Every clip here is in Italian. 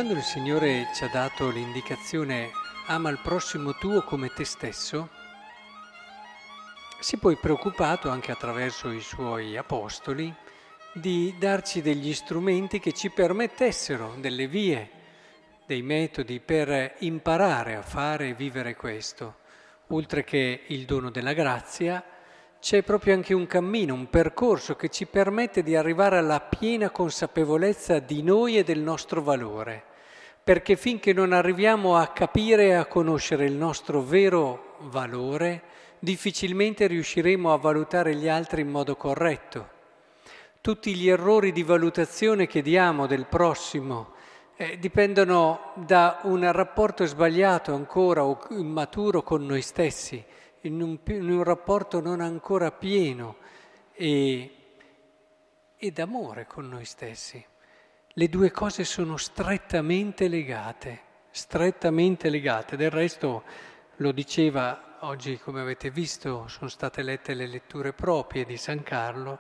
Quando il Signore ci ha dato l'indicazione ama il prossimo tuo come te stesso, si è poi preoccupato anche attraverso i suoi apostoli di darci degli strumenti che ci permettessero, delle vie, dei metodi per imparare a fare e vivere questo. Oltre che il dono della grazia, c'è proprio anche un cammino, un percorso che ci permette di arrivare alla piena consapevolezza di noi e del nostro valore. Perché finché non arriviamo a capire e a conoscere il nostro vero valore, difficilmente riusciremo a valutare gli altri in modo corretto. Tutti gli errori di valutazione che diamo del prossimo dipendono da un rapporto sbagliato ancora o immaturo con noi stessi, in un rapporto non ancora pieno e d'amore con noi stessi. Le due cose sono strettamente legate, strettamente legate. Del resto lo diceva oggi, come avete visto, sono state lette le letture proprie di San Carlo,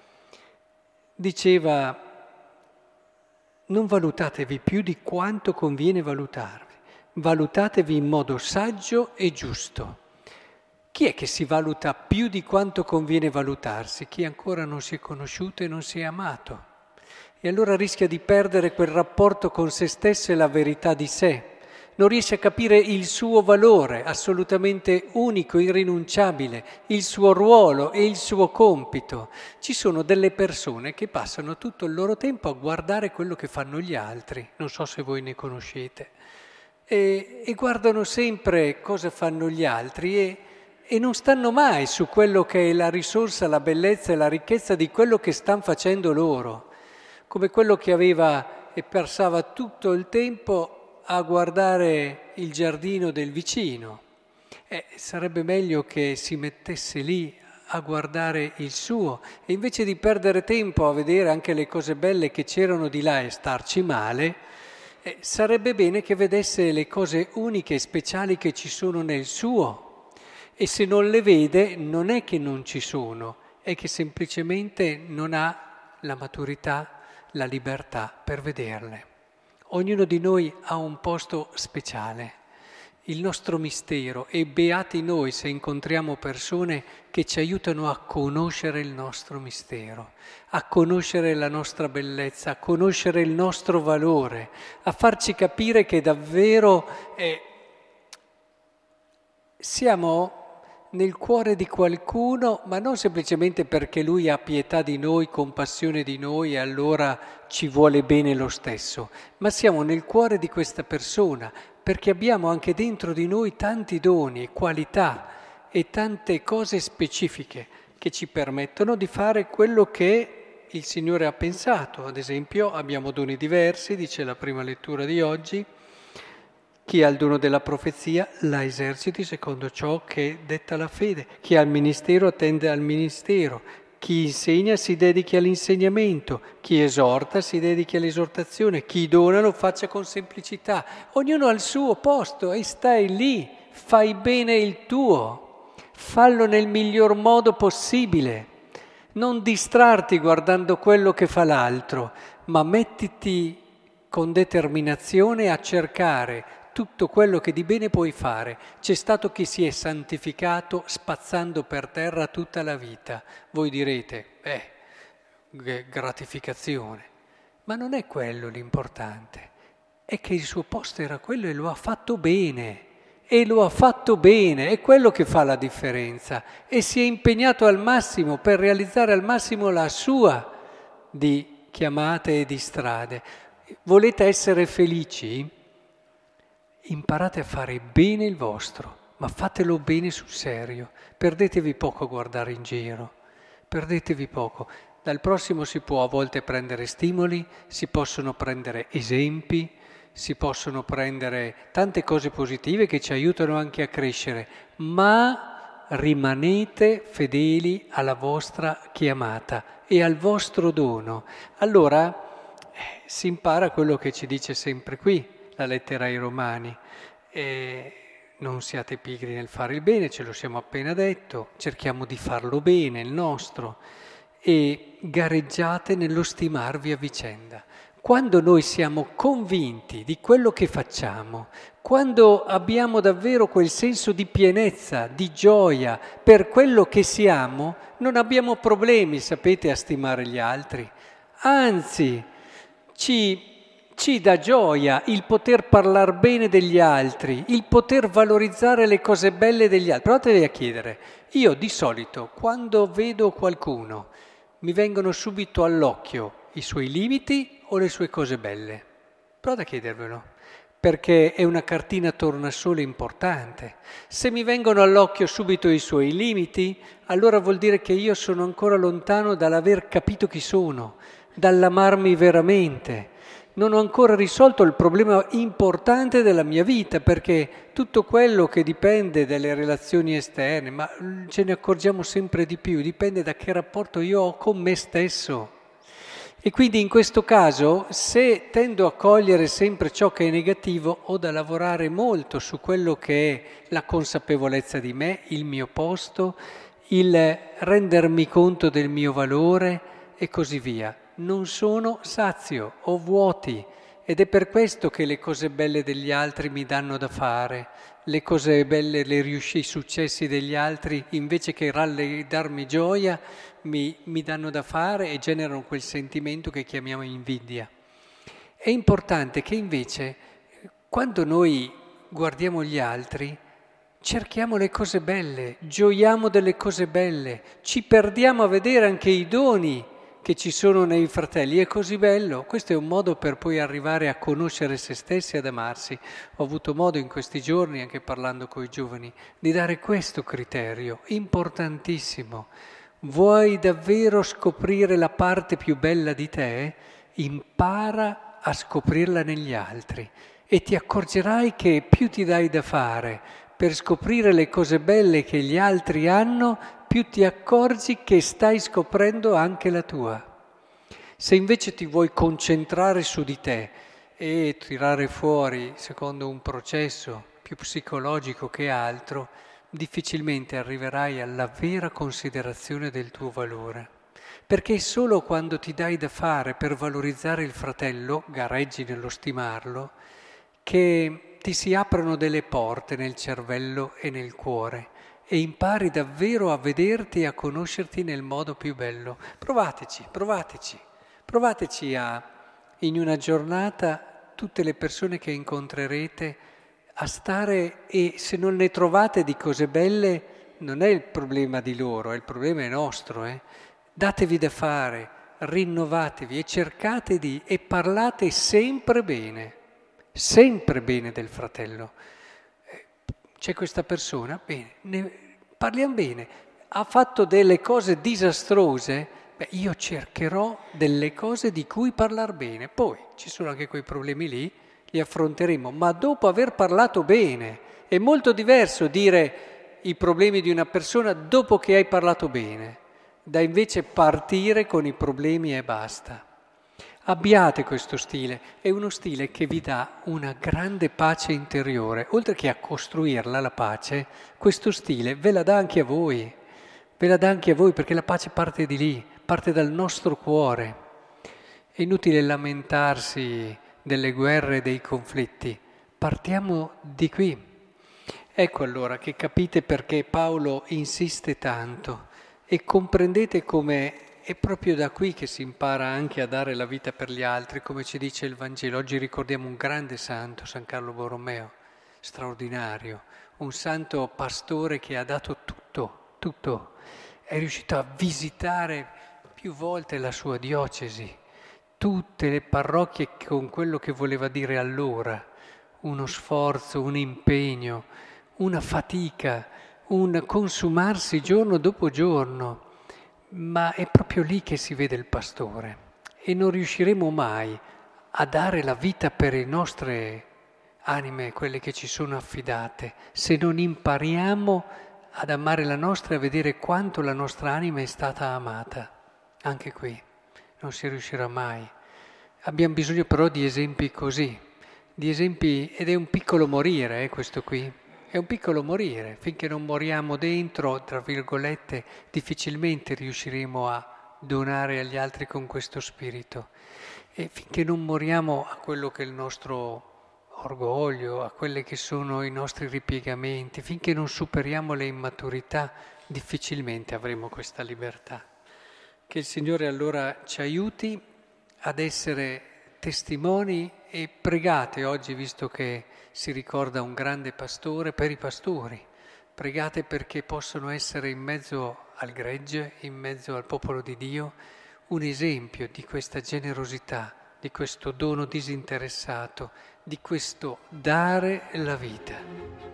diceva: non valutatevi più di quanto conviene valutarvi, valutatevi in modo saggio e giusto. Chi è che si valuta più di quanto conviene valutarsi? Chi ancora non si è conosciuto e non si è amato. E allora rischia di perdere quel rapporto con se stesso e la verità di sé. Non riesce a capire il suo valore assolutamente unico, irrinunciabile, il suo ruolo e il suo compito. Ci sono delle persone che passano tutto il loro tempo a guardare quello che fanno gli altri, non so se voi ne conoscete, e guardano sempre cosa fanno gli altri e non stanno mai su quello che è la risorsa, la bellezza e la ricchezza di quello che stanno facendo loro, come quello che aveva e passava tutto il tempo a guardare il giardino del vicino. Sarebbe meglio che si mettesse lì a guardare il suo e invece di perdere tempo a vedere anche le cose belle che c'erano di là e starci male, sarebbe bene che vedesse le cose uniche e speciali che ci sono nel suo. E se non le vede non è che non ci sono, è che semplicemente non ha la maturità, la libertà per vederle. Ognuno di noi ha un posto speciale, il nostro mistero, e beati noi se incontriamo persone che ci aiutano a conoscere il nostro mistero, a conoscere la nostra bellezza, a conoscere il nostro valore, a farci capire che davvero siamo nel cuore di qualcuno, ma non semplicemente perché lui ha pietà di noi, compassione di noi e allora ci vuole bene lo stesso, ma siamo nel cuore di questa persona perché abbiamo anche dentro di noi tanti doni e qualità e tante cose specifiche che ci permettono di fare quello che il Signore ha pensato. Ad esempio abbiamo doni diversi, dice la prima lettura di oggi. Chi ha il dono della profezia la eserciti secondo ciò che detta la fede. Chi ha il ministero attende al ministero. Chi insegna si dedichi all'insegnamento. Chi esorta si dedichi all'esortazione. Chi dona lo faccia con semplicità. Ognuno ha il suo posto e stai lì. Fai bene il tuo. Fallo nel miglior modo possibile. Non distrarti guardando quello che fa l'altro, ma mettiti con determinazione a cercare tutto quello che di bene puoi fare. C'è stato chi si è santificato spazzando per terra tutta la vita. Voi direte, gratificazione. Ma non è quello l'importante. È che il suo posto era quello e lo ha fatto bene. E lo ha fatto bene, è quello che fa la differenza. E si è impegnato al massimo per realizzare al massimo la sua di chiamate e di strade. Volete essere felici? Imparate a fare bene il vostro, ma fatelo bene sul serio. Perdetevi poco a guardare in giro, perdetevi poco. Dal prossimo si può a volte prendere stimoli, si possono prendere esempi, si possono prendere tante cose positive che ci aiutano anche a crescere, ma rimanete fedeli alla vostra chiamata e al vostro dono. Allora si impara quello che ci dice sempre qui la lettera ai Romani. Non siate pigri nel fare il bene, ce lo siamo appena detto, cerchiamo di farlo bene, il nostro, e gareggiate nello stimarvi a vicenda. quando noi siamo convinti di quello che facciamo, quando abbiamo davvero quel senso di pienezza, di gioia per quello che siamo, non abbiamo problemi, sapete, a stimare gli altri. Anzi, ci dà gioia il poter parlare bene degli altri, il poter valorizzare le cose belle degli altri. Provatevi a chiedere, io di solito quando vedo qualcuno mi vengono subito all'occhio i suoi limiti o le sue cose belle? Provate a chiedervelo, perché è una cartina tornasole importante. Se mi vengono all'occhio subito i suoi limiti, allora vuol dire che io sono ancora lontano dall'aver capito chi sono, dall'amarmi veramente. Non ho ancora risolto il problema importante della mia vita, perché tutto quello che dipende dalle relazioni esterne, ma ce ne accorgiamo sempre di più, dipende da che rapporto io ho con me stesso. E quindi in questo caso, se tendo a cogliere sempre ciò che è negativo, ho da lavorare molto su quello che è la consapevolezza di me, il mio posto, il rendermi conto del mio valore e così via. Non sono sazio, ho vuoti, ed è per questo che le cose belle degli altri mi danno da fare, le cose belle, i successi degli altri, invece che darmi gioia, mi danno da fare e generano quel sentimento che chiamiamo invidia. È importante che invece, quando noi guardiamo gli altri, cerchiamo le cose belle, gioiamo delle cose belle, ci perdiamo a vedere anche i doni che ci sono nei fratelli. È così bello. Questo è un modo per poi arrivare a conoscere se stessi e ad amarsi. Ho avuto modo in questi giorni, anche parlando con i giovani, di dare questo criterio importantissimo. Vuoi davvero scoprire la parte più bella di te? Impara a scoprirla negli altri e ti accorgerai che più ti dai da fare per scoprire le cose belle che gli altri hanno, più ti accorgi che stai scoprendo anche la tua. Se invece ti vuoi concentrare su di te e tirare fuori, secondo un processo più psicologico che altro, difficilmente arriverai alla vera considerazione del tuo valore. Perché è solo quando ti dai da fare per valorizzare il fratello, gareggi nello stimarlo, che ti si aprono delle porte nel cervello e nel cuore e impari davvero a vederti e a conoscerti nel modo più bello. Provateci in una giornata, tutte le persone che incontrerete, a stare, e se non ne trovate di cose belle, non è il problema di loro, il problema è nostro. Datevi da fare, rinnovatevi e cercate e parlate sempre bene del fratello. C'è questa persona, bene, parliamo bene, ha fatto delle cose disastrose, io cercherò delle cose di cui parlare bene. Poi ci sono anche quei problemi lì, li affronteremo, ma dopo aver parlato bene. È molto diverso dire i problemi di una persona dopo che hai parlato bene, da invece partire con i problemi e basta. Abbiate questo stile, è uno stile che vi dà una grande pace interiore. Oltre che a costruirla, la pace, questo stile ve la dà anche a voi. Ve la dà anche a voi perché la pace parte di lì, parte dal nostro cuore. È inutile lamentarsi delle guerre e dei conflitti, partiamo di qui. Ecco allora che capite perché Paolo insiste tanto e comprendete come è proprio da qui che si impara anche a dare la vita per gli altri, come ci dice il Vangelo. Oggi ricordiamo un grande santo, San Carlo Borromeo, straordinario, un santo pastore che ha dato tutto, è riuscito a visitare più volte la sua diocesi, tutte le parrocchie con quello che voleva dire allora, uno sforzo, un impegno, una fatica, un consumarsi giorno dopo giorno. Ma è proprio lì che si vede il pastore e non riusciremo mai a dare la vita per le nostre anime, quelle che ci sono affidate, se non impariamo ad amare la nostra e a vedere quanto la nostra anima è stata amata. Anche qui non si riuscirà mai. Abbiamo bisogno però di esempi così, ed è un piccolo morire, questo qui. È un piccolo morire, finché non moriamo dentro, tra virgolette, difficilmente riusciremo a donare agli altri con questo spirito. E finché non moriamo a quello che è il nostro orgoglio, a quelli che sono i nostri ripiegamenti, finché non superiamo le immaturità, difficilmente avremo questa libertà. Che il Signore allora ci aiuti ad essere testimoni e pregate oggi, visto che si ricorda un grande pastore, per i pastori. Pregate perché possano essere in mezzo al gregge, in mezzo al popolo di Dio, un esempio di questa generosità, di questo dono disinteressato, di questo dare la vita.